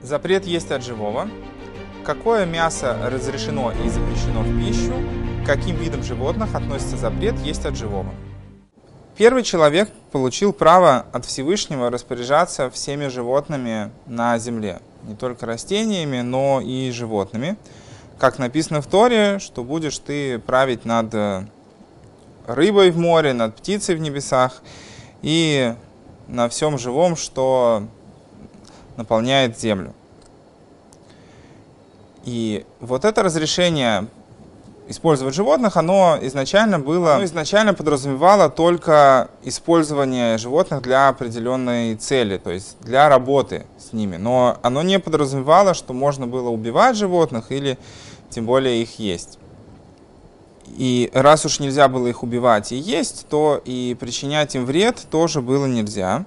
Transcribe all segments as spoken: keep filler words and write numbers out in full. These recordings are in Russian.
Запрет есть от живого. Какое мясо разрешено и запрещено в пищу? К каким видам животных относится запрет есть от живого? Первый человек получил право от Всевышнего распоряжаться всеми животными на земле. Не только растениями, но и животными. Как написано в Торе, что будешь ты править над рыбой в море, над птицей в небесах и на всем живом, что наполняет землю. И вот это разрешение использовать животных, оно изначально было, оно изначально подразумевало только использование животных для определенной цели, то есть для работы с ними. Но оно не подразумевало, что можно было убивать животных или тем более их есть. И раз уж нельзя было их убивать и есть, то и причинять им вред тоже было нельзя.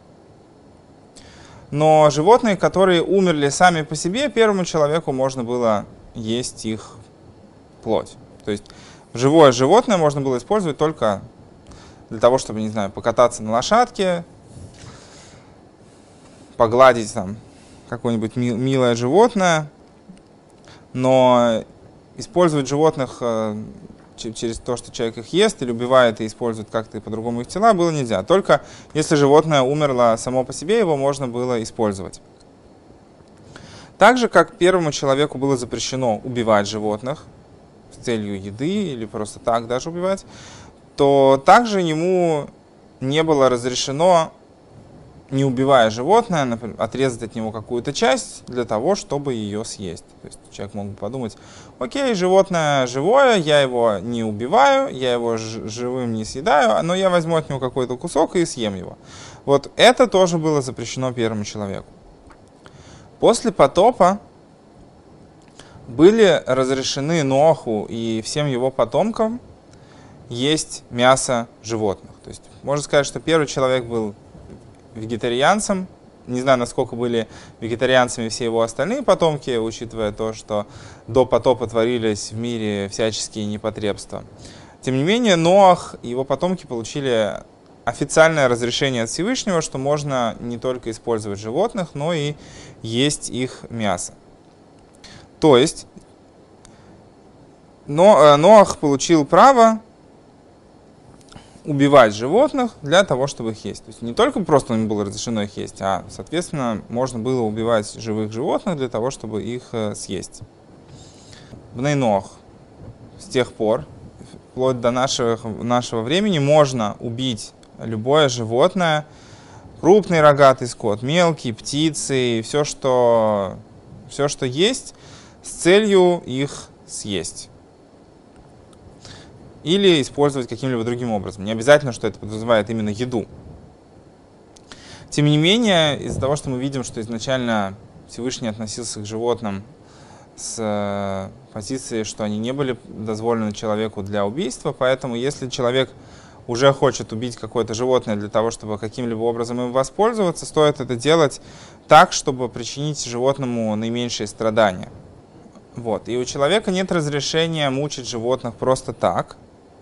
Но животные, которые умерли сами по себе, первому человеку можно было есть их плоть. То есть живое животное можно было использовать только для того, чтобы, не знаю, покататься на лошадке, погладить там какое-нибудь милое животное. Но использовать животных через то, что человек их ест или убивает и использует как-то по-другому их тела, было нельзя. Только если животное умерло само по себе, его можно было использовать. Так же, как первому человеку было запрещено убивать животных с целью еды или просто так даже убивать, то также ему не было разрешено, не убивая животное, например, отрезать от него какую-то часть для того, чтобы ее съесть. То есть человек мог бы подумать: окей, животное живое, я его не убиваю, я его живым не съедаю, но я возьму от него какой-то кусок и съем его. Вот это тоже было запрещено первому человеку. После потопа были разрешены Ноаху и всем его потомкам есть мясо животных. То есть можно сказать, что первый человек был вегетарианцем. Не знаю, насколько были вегетарианцами все его остальные потомки, учитывая то, что до потопа творились в мире всяческие непотребства. Тем не менее, Ноах и его потомки получили официальное разрешение от Всевышнего, что можно не только использовать животных, но и есть их мясо. То есть Но, Ноах получил право убивать животных для того, чтобы их есть. То есть не только просто им было разрешено их есть, а, соответственно, можно было убивать живых животных для того, чтобы их э, съесть. Бней Ноах с тех пор, вплоть до нашего, нашего времени, можно убить любое животное, крупный рогатый скот, мелкий, птицы, все, что, все, что есть, с целью их съесть. Или использовать каким-либо другим образом. Не обязательно, что это подразумевает именно еду. Тем не менее, из-за того, что мы видим, что изначально Всевышний относился к животным с позиции, что они не были дозволены человеку для убийства, поэтому если человек уже хочет убить какое-то животное для того, чтобы каким-либо образом им воспользоваться, стоит это делать так, чтобы причинить животному наименьшие страдания. Вот. И у человека нет разрешения мучить животных просто так,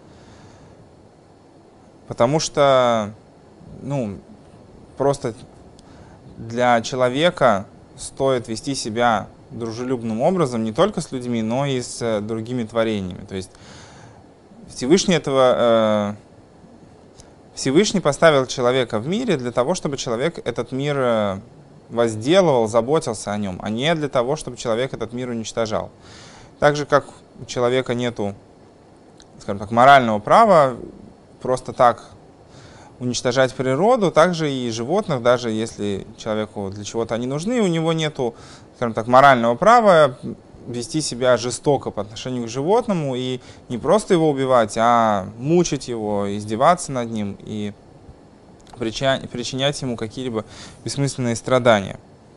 потому что, ну, просто для человека стоит вести себя дружелюбным образом не только с людьми, но и с другими творениями. То есть Всевышний этого, э, Всевышний поставил человека в мире для того, чтобы человек этот мир возделывал, заботился о нем, а не для того, чтобы человек этот мир уничтожал. Так же, как у человека нету, скажем так, морального права просто так уничтожать природу, также и животных, даже если человеку для чего-то они нужны, у него нету, скажем так, морального права вести себя жестоко по отношению к животному и не просто его убивать, а мучить его, издеваться над ним и причинять ему какие-либо бессмысленные страдания.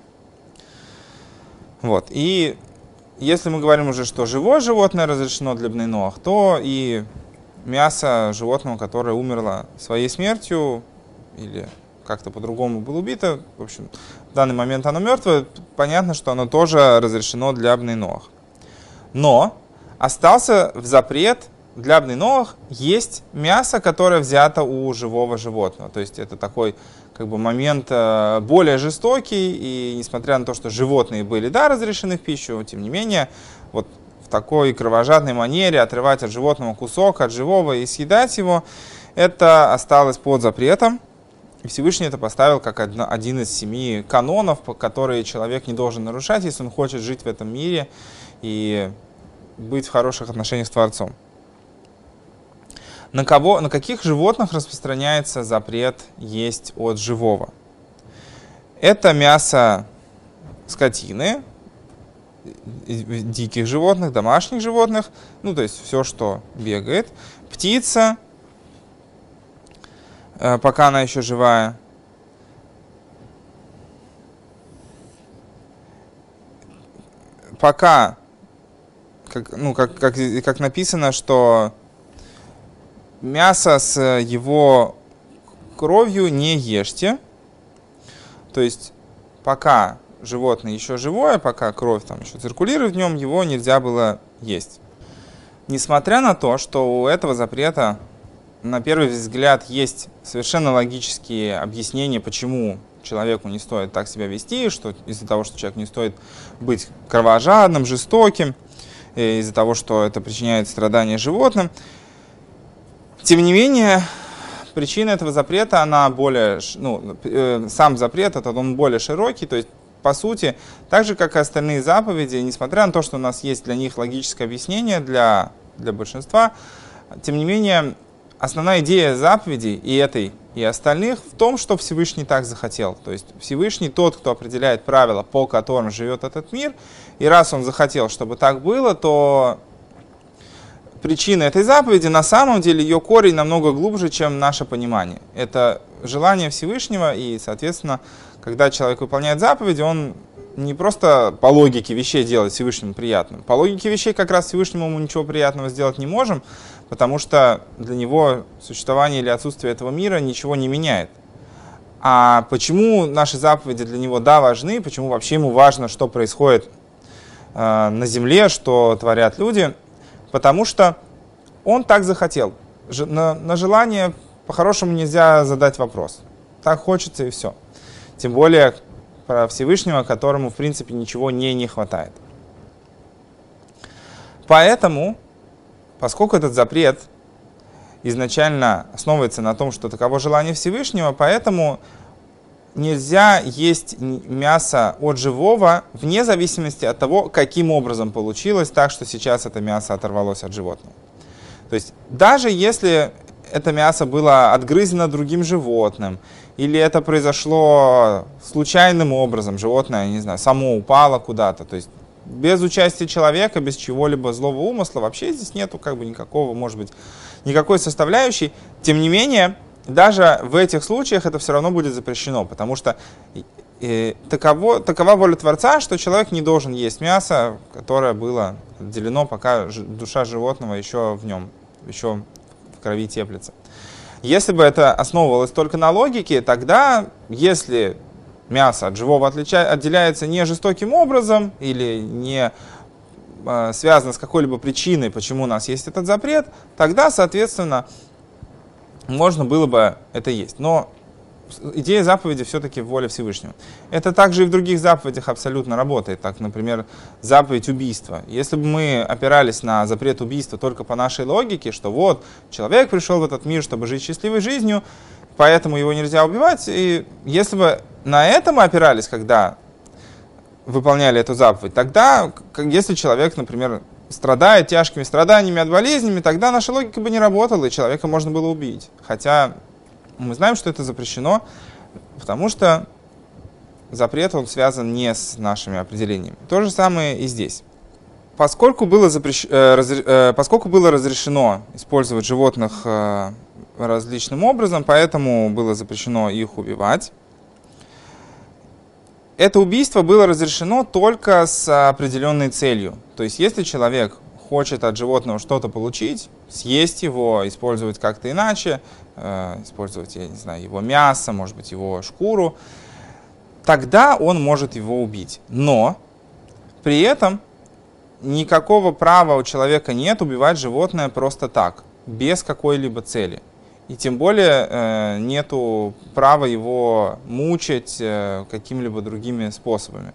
Вот. И если мы говорим уже, что живое животное разрешено для Бней Ноах, то и мясо животного, которое умерло своей смертью или как-то по-другому было убито, в общем, в данный момент оно мертвое, понятно, что оно тоже разрешено для Бней Ноах. Но остался в запрет для Бней Ноах есть мясо, которое взято у живого животного. То есть это такой, как бы момент более жестокий, и несмотря на то, что животные были, да, разрешены в пищу, тем не менее, вот в такой кровожадной манере отрывать от животного кусок, от живого и съедать его, это осталось под запретом. И Всевышний это поставил как один из семи канонов, которые человек не должен нарушать, если он хочет жить в этом мире и быть в хороших отношениях с Творцом. На, кого, на каких животных распространяется запрет есть от живого? Это мясо скотины, диких животных, домашних животных, ну то есть все, что бегает, птица, пока она еще живая, пока, как, ну, как, как, как написано, что мясо с его кровью не ешьте. То есть пока животное еще живое, пока кровь там еще циркулирует в нем, его нельзя было есть. Несмотря на то, что у этого запрета на первый взгляд есть совершенно логические объяснения, почему человеку не стоит так себя вести, что из-за того, что человек не стоит быть кровожадным, жестоким, из-за того, что это причиняет страдания животным. Тем не менее, причина этого запрета, она более, ну, э, сам запрет, этот он более широкий, то есть, по сути, так же, как и остальные заповеди, несмотря на то, что у нас есть для них логическое объяснение для, для большинства, тем не менее, основная идея заповедей и этой, и остальных в том, что Всевышний так захотел. То есть Всевышний тот, кто определяет правила, по которым живет этот мир, и раз он захотел, чтобы так было, то причина этой заповеди, на самом деле, ее корень намного глубже, чем наше понимание. Это желание Всевышнего, и, соответственно, когда человек выполняет заповеди, он не просто по логике вещей делает Всевышнему приятным. По логике вещей как раз Всевышнему мы ничего приятного сделать не можем, потому что для него существование или отсутствие этого мира ничего не меняет. А почему наши заповеди для него, да, важны, почему вообще ему важно, что происходит э, на земле, что творят люди? Потому что он так захотел. На, на желание по-хорошему нельзя задать вопрос. Так хочется и все. Тем более про Всевышнего, которому в принципе ничего не, не хватает. Поэтому, поскольку этот запрет изначально основывается на том, что таково желание Всевышнего, поэтому нельзя есть мясо от живого вне зависимости от того, каким образом получилось так, что сейчас это мясо оторвалось от животного. То есть даже если это мясо было отгрызено другим животным, или это произошло случайным образом, животное, не знаю, само упало куда-то, то есть без участия человека, без чего-либо злого умысла, вообще здесь нету как бы никакого, может быть, никакой составляющей. Тем не менее, даже в этих случаях это все равно будет запрещено, потому что э, таково, такова воля Творца, что человек не должен есть мясо, которое было отделено, пока ж, душа животного еще в нем, еще в крови теплится. Если бы это основывалось только на логике, тогда, если мясо от живого отлича, отделяется не жестоким образом или не э, связано с какой-либо причиной, почему у нас есть этот запрет, тогда, соответственно, можно было бы это есть. Но идея заповеди все-таки в воле Всевышнего. Это также и в других заповедях абсолютно работает. Так, например, заповедь убийства. Если бы мы опирались на запрет убийства только по нашей логике, что вот человек пришел в этот мир, чтобы жить счастливой жизнью, поэтому его нельзя убивать, и если бы на это мы опирались, когда выполняли эту заповедь, тогда, если человек, например, страдает тяжкими страданиями от болезнями, тогда наша логика бы не работала, и человека можно было убить. Хотя мы знаем, что это запрещено, потому что запрет, он связан не с нашими определениями. То же самое и здесь. Поскольку было, запрещ... э, разр... э, поскольку было разрешено использовать животных э, различным образом, поэтому было запрещено их убивать. Это убийство было разрешено только с определенной целью. То есть, если человек хочет от животного что-то получить, съесть его, использовать как-то иначе, э, использовать, я не знаю, его мясо, может быть, его шкуру, тогда он может его убить. Но при этом никакого права у человека нет убивать животное просто так, без какой-либо цели. и тем более э, нету права его мучить э, какими-либо другими способами.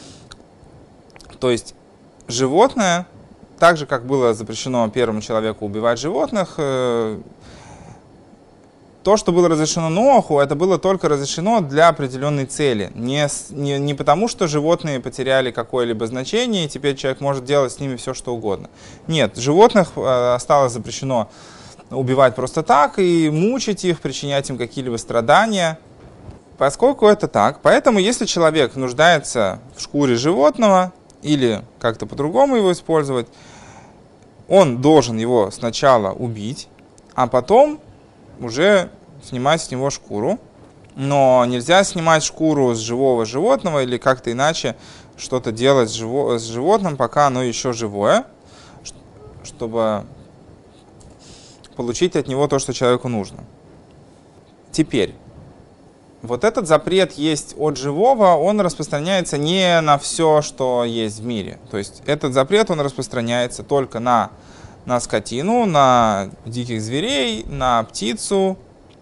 То есть животное, так же как было запрещено первому человеку убивать животных, э, то, что было разрешено Ноаху, это было только разрешено для определенной цели. Не, не, не потому, что животные потеряли какое-либо значение, и теперь человек может делать с ними все, что угодно. Нет, животных э, осталось запрещено убивать просто так и мучить их, причинять им какие-либо страдания. Поскольку это так, поэтому если человек нуждается в шкуре животного или как-то по-другому его использовать, он должен его сначала убить, а потом уже снимать с него шкуру. Но нельзя снимать шкуру с живого животного или как-то иначе что-то делать с, живо- с животным, пока оно еще живое, чтобы получить от него то, что человеку нужно. Теперь, вот этот запрет есть от живого, он распространяется не на все, что есть в мире. То есть этот запрет, он распространяется только на на скотину, на диких зверей, на птицу.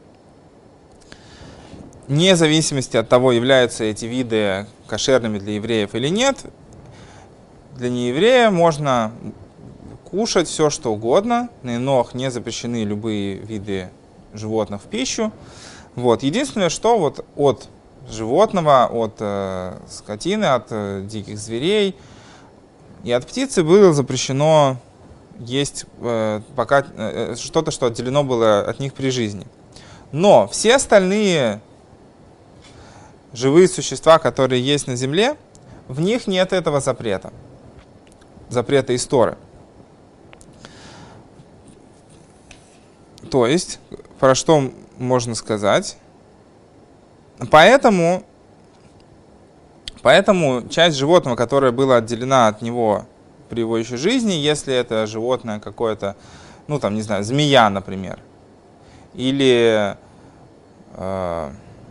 Вне зависимости от того, являются эти виды кошерными для евреев или нет, для нееврея можно кушать все, что угодно. На Енох не запрещены любые виды животных в пищу. Вот. Единственное, что вот от животного, от э, скотины, от э, диких зверей и от птицы было запрещено есть э, пока э, что-то, что отделено было от них при жизни. Но все остальные живые существа, которые есть на земле, в них нет этого запрета. Запрета из Торы. То есть, про что можно сказать? Поэтому, поэтому часть животного, которая была отделена от него при его еще жизни, если это животное какое-то, ну там, не знаю, змея, например, или э,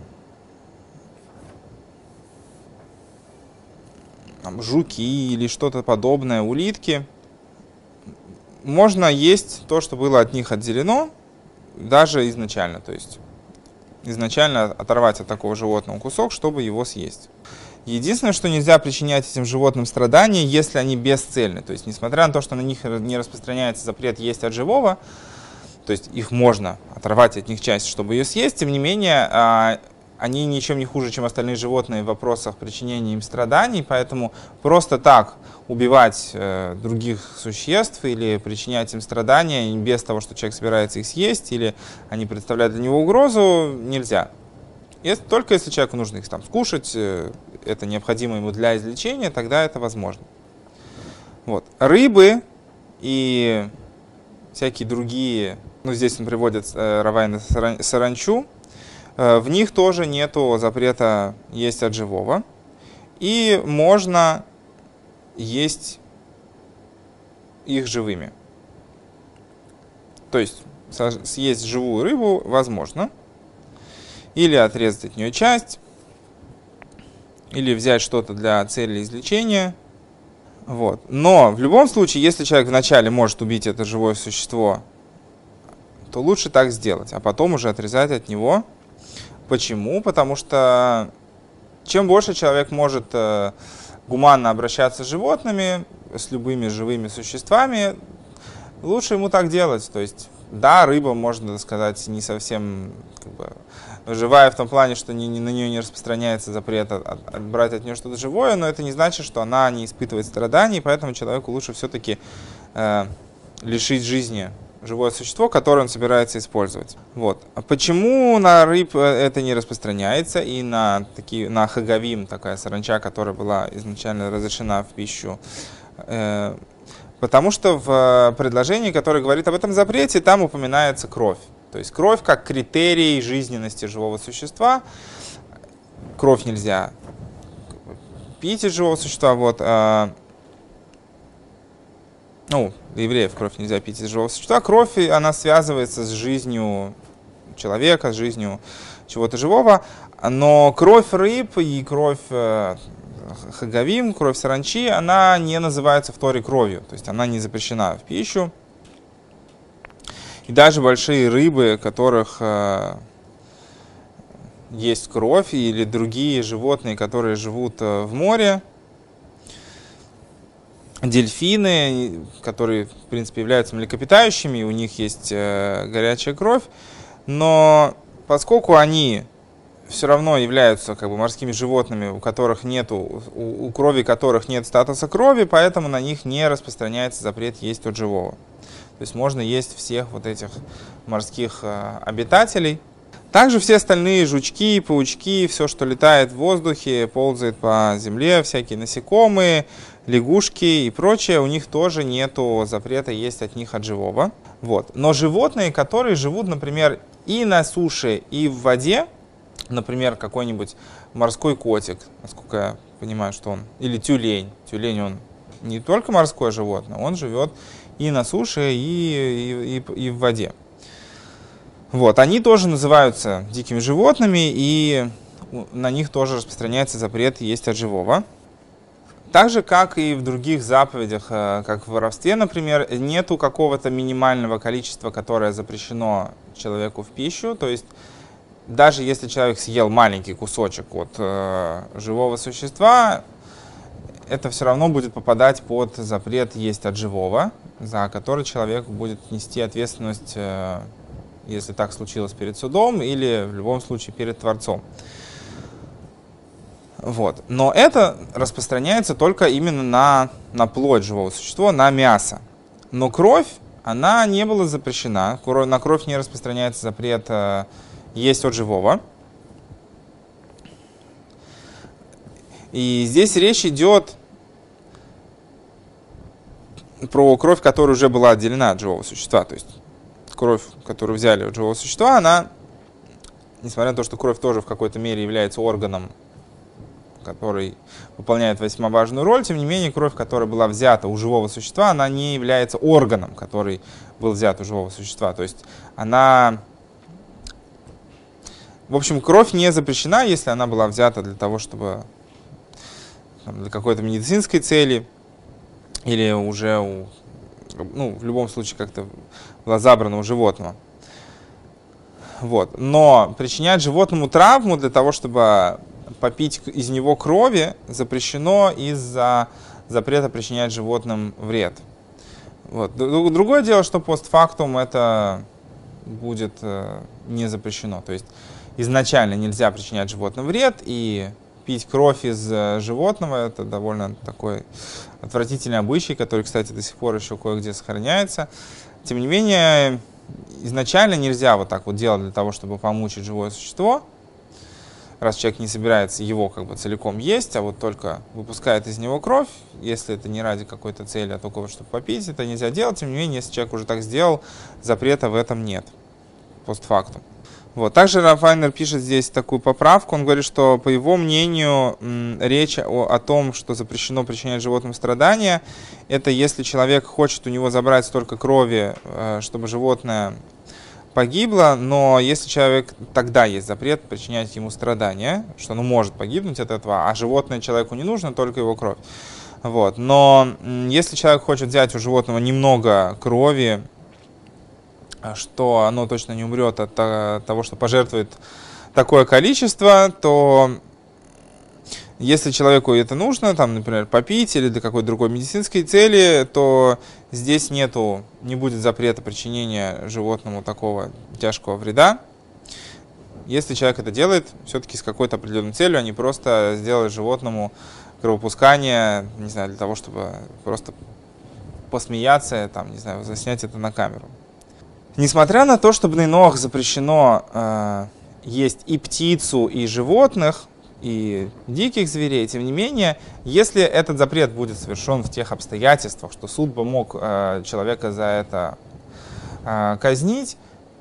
там, жуки или что-то подобное, улитки, можно есть то, что было от них отделено, даже изначально, то есть изначально оторвать от такого животного кусок, чтобы его съесть. Единственное, что нельзя причинять этим животным страдания, если они бесцельны. То есть, несмотря на то, что на них не распространяется запрет есть от живого, то есть их можно оторвать от них часть, чтобы ее съесть, тем не менее, они ничем не хуже, чем остальные животные в вопросах причинения им страданий, поэтому просто так убивать других существ или причинять им страдания без того, что человек собирается их съесть, или они представляют для него угрозу, нельзя. Если, только если человеку нужно их там скушать, это необходимо ему для излечения, тогда это возможно. Вот. Рыбы и всякие другие, ну здесь он приводит э, равайна саранчу, э, в них тоже нету запрета есть от живого. И можно есть их живыми. То есть съесть живую рыбу возможно. Или отрезать от нее часть, или взять что-то для цели излечения. Вот. Но в любом случае, если человек вначале может убить это живое существо, то лучше так сделать, а потом уже отрезать от него. Почему? Потому что чем больше человек может э, гуманно обращаться с животными, с любыми живыми существами, лучше ему так делать. То есть, да, рыба, можно сказать, не совсем как бы живая в том плане, что не, не, на нее не распространяется запрет от, от, от брать от нее что-то живое, но это не значит, что она не испытывает страданий, поэтому человеку лучше все-таки э, лишить жизни живое существо, которое он собирается использовать. Вот. А почему на рыб это не распространяется, и на, такие, на хагавим, такая саранча, которая была изначально разрешена в пищу? Э, потому что в предложении, которое говорит об этом запрете, там упоминается кровь. То есть кровь как критерий жизненности живого существа. Кровь нельзя пить из живого существа. Вот, а, ну, для евреев кровь нельзя пить из живого существа. Кровь, она связывается с жизнью человека, с жизнью чего-то живого. Но кровь рыб и кровь э, хагавим, кровь саранчи, она не называется в Торе кровью. То есть она не запрещена в пищу. И даже большие рыбы, которых э, есть кровь, или другие животные, которые живут э, в море, дельфины, которые, в принципе, являются млекопитающими, у них есть э, горячая кровь, но поскольку они все равно являются как бы морскими животными, у которых нету, у, у крови которых нет статуса крови, поэтому на них не распространяется запрет есть от живого. То есть можно есть всех вот этих морских э, обитателей. Также все остальные жучки, паучки, все, что летает в воздухе, ползает по земле, всякие насекомые, лягушки и прочее, у них тоже нету запрета есть от них от живого. Вот. Но животные, которые живут, например, и на суше, и в воде, например, какой-нибудь морской котик, насколько я понимаю, что он, или тюлень. Тюлень, он не только морское животное, он живет и на суше, и, и, и, и в воде. Вот. Они тоже называются дикими животными, и на них тоже распространяется запрет есть от живого. Так же, как и в других заповедях, как в воровстве, например, нету какого-то минимального количества, которое запрещено человеку в пищу. То есть даже если человек съел маленький кусочек от э, живого существа, это все равно будет попадать под запрет есть от живого, за который человек будет нести ответственность, э, если так случилось, перед судом или в любом случае перед Творцом. Вот. Но это распространяется только именно на, на плоть живого существа, на мясо. Но кровь, она не была запрещена. На кровь не распространяется запрет э, есть от живого. И здесь речь идет про кровь, которая уже была отделена от живого существа. То есть кровь, которую взяли от живого существа, она, несмотря на то, что кровь тоже в какой-то мере является органом, который выполняет весьма важную роль, тем не менее, кровь, которая была взята у живого существа, она не является органом, который был взят у живого существа. То есть она... В общем, кровь не запрещена, если она была взята для того, чтобы там, для какой-то медицинской цели, или уже, у, ну, в любом случае, как-то была забрана у животного. Вот. Но причинять животному травму для того, чтобы попить из него крови, запрещено из-за запрета причинять животным вред. Вот. Другое дело, что постфактум это будет не запрещено. То есть изначально нельзя причинять животным вред, и пить кровь из животного — это довольно такой отвратительный обычай, который, кстати, до сих пор еще кое-где сохраняется. Тем не менее, изначально нельзя вот так вот делать для того, чтобы помучить живое существо, раз человек не собирается его как бы целиком есть, а вот только выпускает из него кровь. Если это не ради какой-то цели, а только чтобы попить, это нельзя делать. Тем не менее, если человек уже так сделал, запрета в этом нет постфактум. Вот. Также Рафайнер пишет здесь такую поправку. Он говорит, что, по его мнению, речь о, о том, что запрещено причинять животным страдания, это если человек хочет у него забрать столько крови, чтобы животное погибло, но если человек, тогда есть запрет причинять ему страдания, что оно может погибнуть от этого, а животное человеку не нужно, только его кровь. Вот. Но если человек хочет взять у животного немного крови, что оно точно не умрет от того, что пожертвует такое количество, то если человеку это нужно, там, например, попить или для какой-то другой медицинской цели, то здесь нету, не будет запрета причинения животному такого тяжкого вреда. Если человек это делает все-таки с какой-то определенной целью, а не просто сделать животному кровопускание, не знаю, для того, чтобы просто посмеяться, там, не знаю, заснять это на камеру. Несмотря на то, что бней ноах запрещено э, есть и птицу, и животных, и диких зверей, тем не менее, если этот запрет будет совершен в тех обстоятельствах, что суд бы мог э, человека за это э, казнить,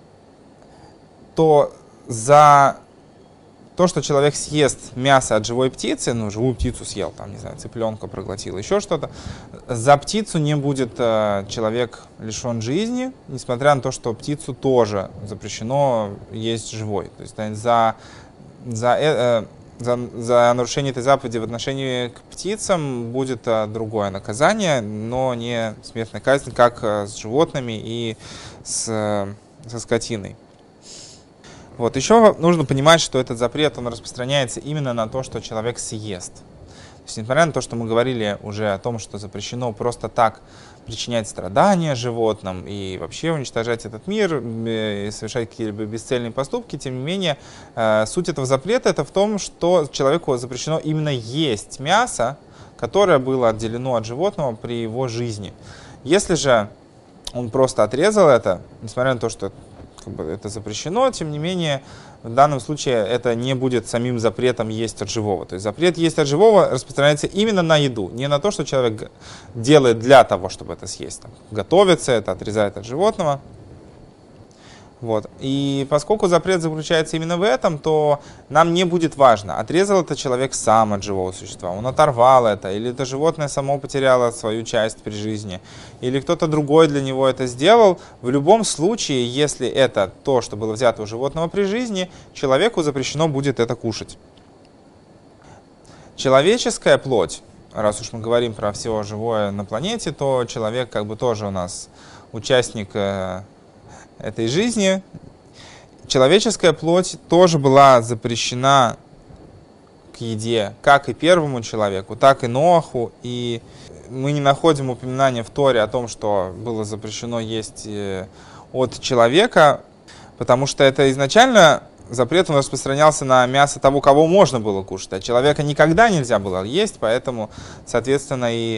то за то, что человек съест мясо от живой птицы, ну, живую птицу съел, там, не знаю, цыпленка проглотил, еще что-то, за птицу не будет э, человек лишен жизни, несмотря на то, что птицу тоже запрещено есть живой. То есть за, за, э, за, за нарушение этой заповеди в отношении к птицам будет другое наказание, но не смертная казнь, как с животными и с, со скотиной. Вот. Еще нужно понимать, что этот запрет он распространяется именно на то, что человек съест. То есть, несмотря на то, что мы говорили уже о том, что запрещено просто так причинять страдания животным и вообще уничтожать этот мир, и совершать какие-либо бесцельные поступки, тем не менее, суть этого запрета это в том, что человеку запрещено именно есть мясо, которое было отделено от животного при его жизни. Если же он просто отрезал это, несмотря на то, что как бы, это запрещено, тем не менее, в данном случае это не будет самим запретом есть от живого. То есть запрет есть от живого распространяется именно на еду, не на то, что человек делает для того, чтобы это съесть. Там, готовится это, отрезает от животного. Вот. И поскольку запрет заключается именно в этом, то нам не будет важно, отрезал это человек сам от живого существа, он оторвал это, или это животное само потеряло свою часть при жизни, или кто-то другой для него это сделал. В любом случае, если это то, что было взято у животного при жизни, человеку запрещено будет это кушать. Человеческая плоть, раз уж мы говорим про все живое на планете, то человек как бы тоже у нас участник этой жизни. Человеческая плоть тоже была запрещена к еде, как и первому человеку, так и Ноаху. И мы не находим упоминания в Торе о том, что было запрещено есть от человека, потому что это изначально запрет он распространялся на мясо того, кого можно было кушать, а человека никогда нельзя было есть, поэтому, соответственно, и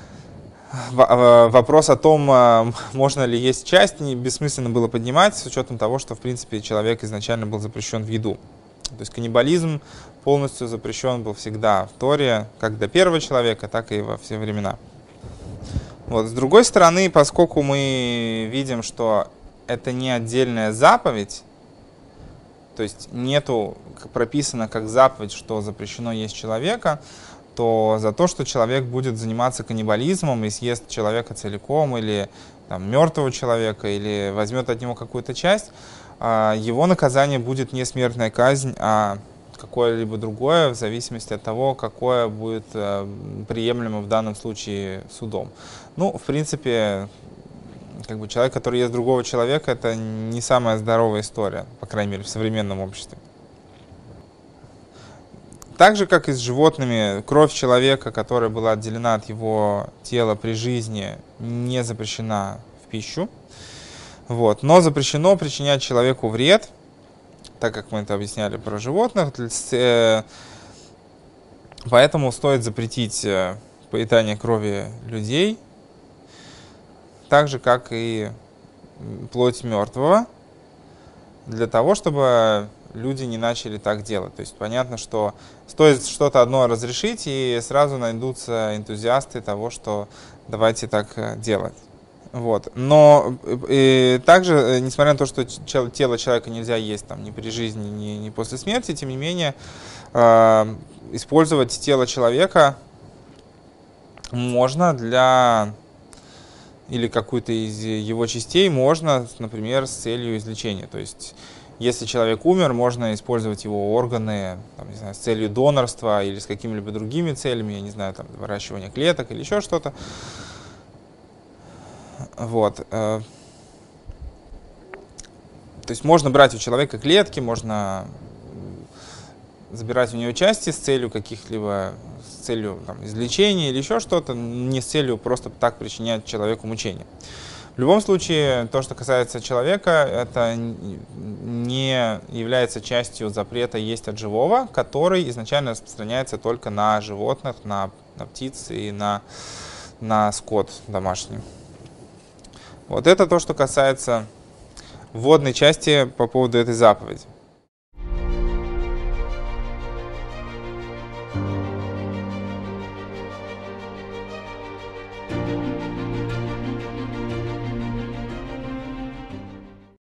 вопрос о том, можно ли есть часть, бессмысленно было поднимать, с учетом того, что, в принципе, человек изначально был запрещен в еду. То есть каннибализм полностью запрещен был всегда в Торе, как для первого человека, так и во все времена. Вот. С другой стороны, поскольку мы видим, что это не отдельная заповедь, то есть нету прописано как заповедь, что запрещено есть человека, то за то, что человек будет заниматься каннибализмом и съест человека целиком, или там, мертвого человека, или возьмет от него какую-то часть, его наказание будет не смертная казнь, а какое-либо другое, в зависимости от того, какое будет приемлемо в данном случае судом. Ну, в принципе, как бы человек, который ест другого человека, это не самая здоровая история, по крайней мере, в современном обществе. Так же, как и с животными, кровь человека, которая была отделена от его тела при жизни, не запрещена в пищу. Вот. Но запрещено причинять человеку вред, так как мы это объясняли про животных. Поэтому стоит запретить поедание крови людей, так же, как и плоть мертвого, для того, чтобы люди не начали так делать. То есть понятно, что стоит что-то одно разрешить, и сразу найдутся энтузиасты того, что давайте так делать. Вот. Но и также, несмотря на то, что тело человека нельзя есть там, ни при жизни, ни, ни после смерти, тем не менее, э, использовать тело человека можно для, или какую-то из его частей можно, например, с целью излечения. То есть если человек умер, можно использовать его органы там, не знаю, с целью донорства или с какими-либо другими целями, я не знаю, там, выращивания клеток или еще что-то. Вот. То есть можно брать у человека клетки, можно забирать у него части с целью каких-либо, с целью там, излечения или еще что-то, не с целью просто так причинять человеку мучения. В любом случае, то, что касается человека, это не является частью запрета есть от живого, который изначально распространяется только на животных, на, на птиц и на, на скот домашний. Вот это то, что касается вводной части по поводу этой заповеди.